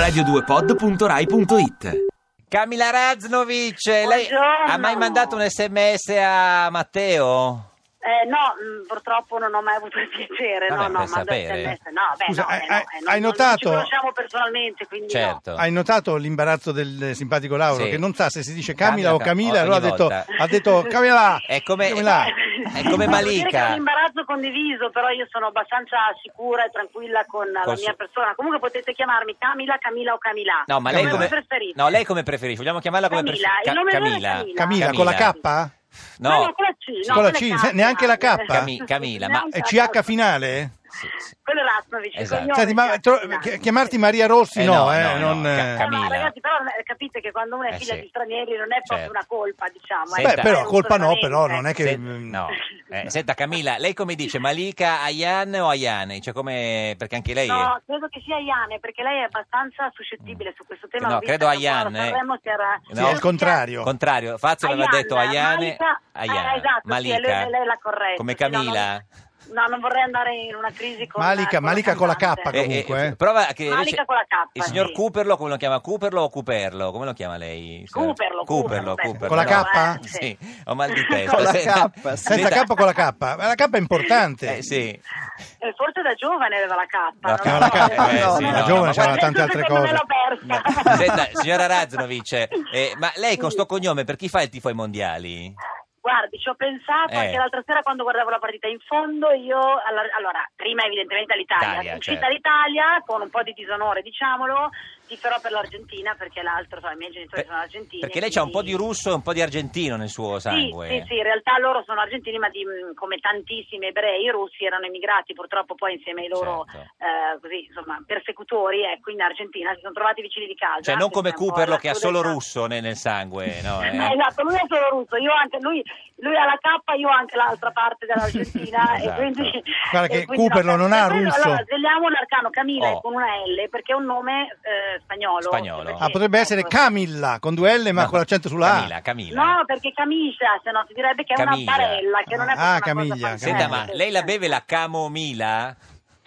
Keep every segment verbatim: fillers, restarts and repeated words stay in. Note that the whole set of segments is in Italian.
radio due pod punto rai punto it. Camilla Raznovic, lei ha mai mandato un sms a Matteo? Eh, no, mh, purtroppo non ho mai avuto il piacere. Vabbè, no, no, per mando sapere. S M S. No, beh, Scusa, no, hai, eh, no, hai- eh, non- hai non- notato, Non ci conosciamo personalmente, quindi Certo. no. hai notato l'imbarazzo del simpatico Lauro, Sì. che non sa se si dice Camila o Camila, ogni allora ha detto, volta. ha detto Camila, È come, Camila. è come Devo dire che è un Malika. imbarazzo condiviso, però io sono abbastanza sicura e tranquilla con la Cos- mia persona. Comunque potete chiamarmi Camila, Camila o Camila. No, ma lei come, preferite? no, lei come preferisce? Vogliamo chiamarla come Camilla, preferisce? il nome vero è Camilla. Camilla. Camila, con la K? No, No, no, con la C. No, Con la con C, le se- neanche la K? Cami- Camilla, ma- E C H finale? sì, sì. Quello è Raznovic. il Esatto. cognome Senti, ma è tro- Camilla. chi- chiamarti Maria Rossi Eh, no, no, eh, no, non... no, eh. Ca- Camilla. No, ragazzi, però eh, capite che quando uno è Eh, figlia sì. di stranieri non è proprio Certo. una colpa, diciamo. Senta- eh, Beh, però è un colpa no, solamente. però non è che... Se- no. Eh, senta Camilla, lei come dice? Malika, Ayan o Ayane? Cioè come... Perché anche lei... No, credo che sia Iane, perché lei è abbastanza suscettibile su questo tema. No, L'ho vista credo che un po' Ayan, a eh. Sanremo si era- Sì, è il contrario. Contrario, Fazio aveva Ayan, detto Ayane, Malika- Ayane. eh, esatto, sì, Malika, lei- lei è la corretta. come Sì, no, Camilla. No, non vorrei andare in una crisi con Malika, con Malika con la K, cantante. comunque, eh. prova che Malika invece- con la K, il signor sì. Cooperlo come lo chiama? Cooperlo o Cooperlo? Come lo chiama lei? Cooperlo, Cooperlo, Cooperlo, beh, Cooperlo. Con la K? Sì, Sì. sì, ho mal di testa. Con la Senta- K, sì. Senza senta- K con la K, ma la K è importante. Eh, sì. Eh, forse da giovane aveva la K. La non K, lo la so. K, eh, no, sì, da no, giovane ma c'era guarda- tante altre Secondo me cose. l'ho persa. Senta, signora Raznovic, eh, ma lei con sto cognome per chi fa il tifo ai mondiali? Guardi, ci ho pensato Eh. anche l'altra sera quando guardavo la partita. In fondo io, alla- allora, prima evidentemente all'Italia, Italia, uscita certo. l'Italia, con un po' di disonore diciamolo, tiferò per l'Argentina perché l'altro, insomma, i miei genitori Per- sono argentini. perché lei c'ha un po' di quindi- russo e un po' di argentino nel suo sangue. Sì, sì, sì, in realtà loro sono argentini, ma di, mh, come tantissimi ebrei russi erano emigrati purtroppo poi insieme ai loro Certo. eh, così, insomma, persecutori, ecco, in Argentina si sono trovati vicini di casa. Cioè non come Questa è un po' Cooperlo la che ha solo crudezza. russo nel, nel sangue, no? eh? Eh, esatto, lui è solo russo, io anche lui, lui ha la K, io ho anche l'altra parte dell'Argentina Esatto. e quindi Guarda che e quindi Cooperlo no, non per ha quello, russo. Allora, svegliamo l'arcano Camilla Oh. con una L perché è un nome eh, spagnolo. Spagnolo. Perché- Ah, potrebbe essere ecco. Camilla, con due L ma No, con l'accento sulla A. Camilla, Camilla. No, perché camicia, se no si direbbe che è Camiglia. una barella, che non è Ah, proprio una Camiglia, cosa Senta, Camilla. ma lei la beve la camomila?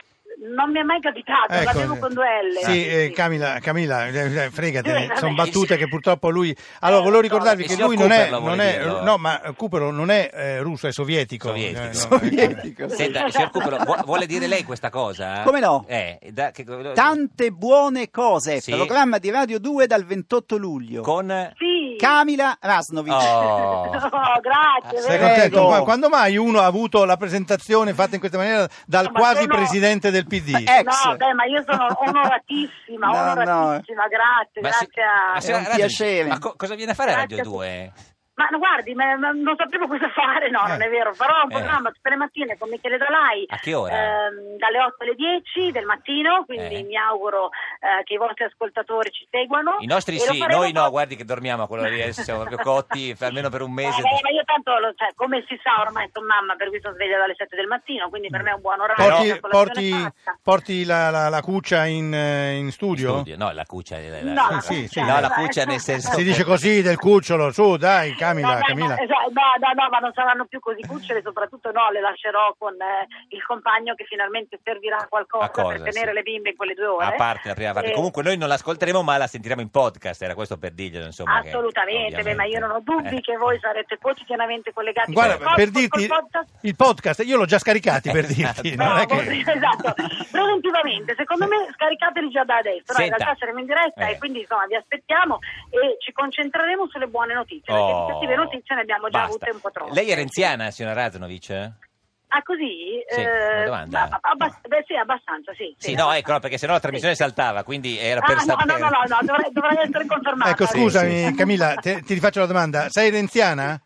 Non mi è mai capitato, la Ecco, bevo con due L. Sì, eh, Camilla, Camilla, eh, eh, fregatene, Sì, vabbè. sono battute che purtroppo lui... Allora, volevo ricordarvi Il che signor lui non è... Cooperlo Non vuole è dirlo. no, ma Cooperlo non è eh, russo, è sovietico. Sovietico. Eh, no, Sovietico. Senta, signor Cooperlo, vu- vuole dire lei questa cosa? Come no? Eh, da- che- Tante buone cose, Sì. programma di Radio due dal ventotto luglio. Con... Sì. Camila Raznovic. Oh. Oh, grazie. Sei vero? contento? Prego. Ma quando mai uno ha avuto la presentazione fatta in questa maniera dal No, ma quasi sono- presidente del P D? Eh, ex. No, beh, ma io sono onoratissima, No, onoratissima, grazie, Ma si- grazie a... ma signora un Raznovic, piacere. Ma co- cosa viene a fare a Grazie Radio a tutti. due? Ma no, guardi, ma- ma non sapevo cosa fare, no, Eh. non è vero, farò un Eh. programma tutte le mattine con Michele Dalai. A che ora? ehm, dalle otto alle dieci del mattino, quindi Eh. mi auguro eh, che i vostri ascoltatori ci seguano. I nostri E lo sì, faremo noi no, proprio- guardi che dormiamo a quello lì, adesso siamo proprio cotti, f- almeno per un mese. Eh, ma io tanto, lo, cioè, come si sa, ormai sono mamma, per cui sono sveglia dalle sette del mattino, quindi per me è un buon orario. Porti, la colazione porti, fatta. porti la, la- la cuccia in, eh, in studio? Studio, no, la cuccia. La, la- No, la Sì, cuccia, sì. no, la eh, cuccia nel senso... Si dice così del cucciolo, su dai, No, Camilla, no, Camilla. no, esatto, no, no, no, ma non saranno più così cucciole, soprattutto no, le lascerò con eh, il compagno che finalmente servirà qualcosa A cosa, per tenere sì. le bimbe in quelle due ore. A parte la prima parte. Eh, Comunque noi non l'ascolteremo, ma la sentiremo in podcast, era questo per dirglielo, insomma. che, Assolutamente, beh, ma io non ho dubbi eh. che voi sarete quotidianamente collegati Guarda, col pod- per col dirti, podcast. il podcast, io l'ho già scaricati per Esatto. dirti. Non è Bravo, che... esatto, preventivamente, secondo me scaricateli già da adesso, no? In Senta. realtà saremo in diretta Eh. e quindi insomma vi aspettiamo e ci concentreremo sulle buone notizie, perché Oh, di cattive notizie ne abbiamo già basta. avute un po' troppe. Lei è renziana, signora Raznovic? Ah, così? Sì, una domanda. ma- abbast- beh, sì, abbastanza, sì. Sì, no, ecco, no, perché sennò la trasmissione Sì. saltava, quindi era Ah, per no, sapere. no, no, no, no, dovrei, dovrei essere confermata. Ecco, Sì, scusami sì. Camilla, te- ti rifaccio la domanda. Sei renziana?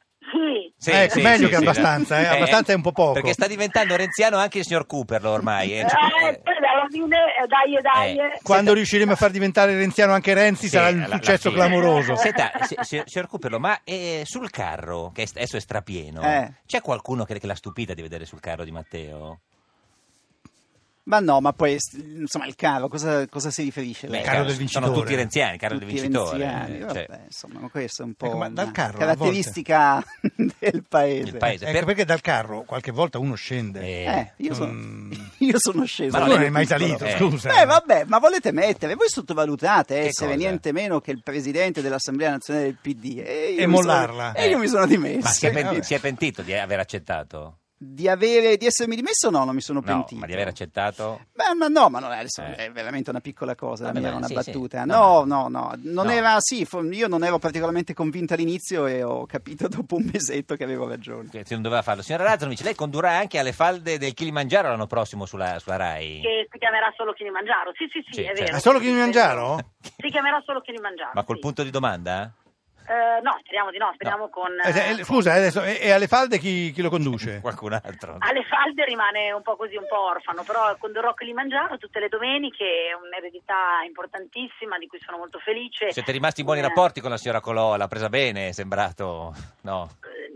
Sì. Sì, Ecco, sì, meglio sì, che sì, abbastanza, eh, abbastanza è un po' poco. Perché sta diventando renziano anche il signor Cooperlo ormai. eh, Eh, cioè, poi alla fine, eh, dai e dai. Eh. Quando riusciremo a far diventare renziano anche Renzi sì, sarà un alla- alla successo fine. clamoroso. Senta, si- si- signor Cooperlo, ma eh, sul carro, che è- adesso è strapieno, Eh. c'è qualcuno che, che l'ha stupita di vedere sul carro di Matteo? Ma no, ma poi insomma il carro, cosa, cosa si riferisce? Beh, lei? il carro del sono vincitore. tutti renziani, il carro Tutti del vincitore. renziani, eh, vabbè, cioè, insomma, ma questo è un po' Ecco, ma dal una carro, a caratteristica del paese. il paese. Ecco Per- perché dal carro qualche volta uno scende. eh, Eh, io sono, Mm. io sono sceso. Ma Ma non tu non è hai mai piccolo. salito, Eh. scusa. Beh, vabbè, ma volete mettere? Voi sottovalutate Che essere cosa? niente meno che il presidente dell'Assemblea Nazionale del P D e, io E mi mollarla. sono- e io mi sono dimesso. ma si è, penti- vabbè. si è pentito di aver accettato? Di, avere, di essermi dimesso no, non mi sono No, pentito. ma di aver accettato? Beh, ma no, ma non è, adesso Eh. è veramente una piccola cosa, Vabbè, la mia era ma una sì, sì. battuta. No. No, no, no, non No. era, sì, fo- io non ero particolarmente convinto all'inizio e ho capito dopo un mesetto che avevo ragione. Che non doveva farlo. Signora Razzovic, lei condurrà anche alle falde del Kilimangiaro l'anno prossimo sulla, sulla Rai? Che si chiamerà solo Kilimangiaro. Sì, sì, sì, Sì, è certo. vero. Ah, solo Kilimangiaro? Si chiamerà solo Kilimangiaro. Ma col sì. punto di domanda? Eh, no, speriamo di no, speriamo con... Eh, eh, eh, scusa, adesso, e, e alle falde chi, chi lo conduce? Qualcun altro? Alle falde rimane un po' così, un po' orfano, però condurrò Kilimangiaro tutte le domeniche, è un'eredità importantissima di cui sono molto felice. Siete rimasti in buoni Eh, rapporti con la signora Colò? L'ha presa bene? È sembrato... No.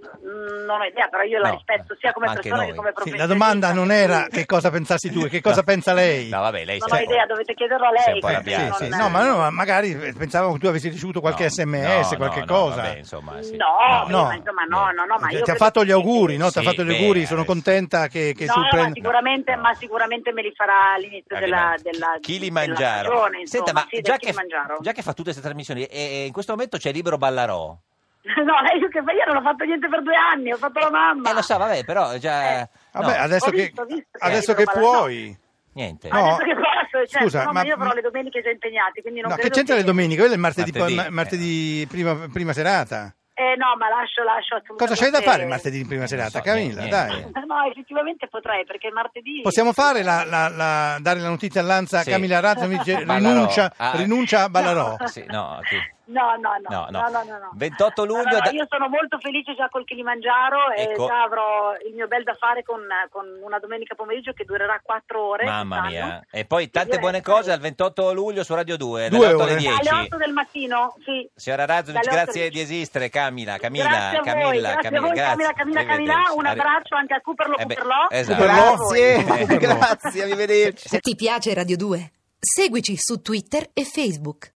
eh, Non ho idea, però io la No, rispetto sia come anche persona noi. che come Sì, professionista. la domanda non era che cosa pensassi tu, e che cosa pensa lei. No, vabbè, lei Non si è ho un po'- idea, dovete chiederlo a si è lei. un po' perché arrabbiato. Sì, sì. non- No, ma, no, ma magari pensavo che tu avessi ricevuto qualche No, sms, no, qualche no, cosa. No, vabbè, insomma, sì. No, No. ma insomma, no, no, no, ma Ti- io ti ha credo fatto gli che- auguri, no? Ti ha Sì, fatto gli beh, auguri, sono adesso- contenta che, che No, tu ma prendi... sicuramente, No. ma sicuramente me li farà all'inizio Ah, della, che- della, Kilimangiaro. della stagione, insomma, Senta, ma sì, del già, che, Kilimangiaro. già che fa tutte queste trasmissioni, e, e in questo momento c'è Libero Ballarò. No, io che io non ho fatto niente per due anni, ho fatto la mamma. Eh, lo so, vabbè, però già... Eh. Vabbè, no, adesso Ho che, visto, ho visto che adesso hai che libero Ballarò. puoi... niente. No. Adesso che posso, certo, Scusa, no, ma, ma- io avrò le domeniche già impegnate, quindi non No, che credo c'entra le domeniche? Quello è il martedì, Martedì, ma- martedì prima, prima serata. Eh no, ma lascio, lascio assolutamente... Cosa c'hai da fare il martedì prima serata, so, Camilla? niente, Dai. niente. No, effettivamente potrei, perché martedì... Possiamo fare la, la- la- dare la notizia all'Anza? Sì. Camilla Razzovic Ballarò. rinuncia, Ah. rinuncia a Ballarò. Sì, no, chi- No, no, no, No, no, no. no, no, no. ventotto luglio... No, no, no, da- io sono molto felice già col Kilimangiaro e Ecco. già avrò il mio bel da fare con, con una domenica pomeriggio che durerà quattro ore. Mamma quest'anno. mia. E poi tante Direi, buone cose dai. al ventotto luglio su Radio due, Due dalle otto ore. alle dieci. Alle otto del mattino, sì. Signora Razzovic, Dalle otto grazie alle di esistere. Camilla, Camilla, Grazie a voi, Camilla, grazie Camilla, a voi, grazie. Camilla, Camilla, Camilla, Arrivederci. un Arri- abbraccio anche a Cooperlo, Eh beh, Cooperlo. esatto. Grazie, Cooperlo. grazie, arrivederci. Ti piace Radio due? Seguici su Twitter e Facebook.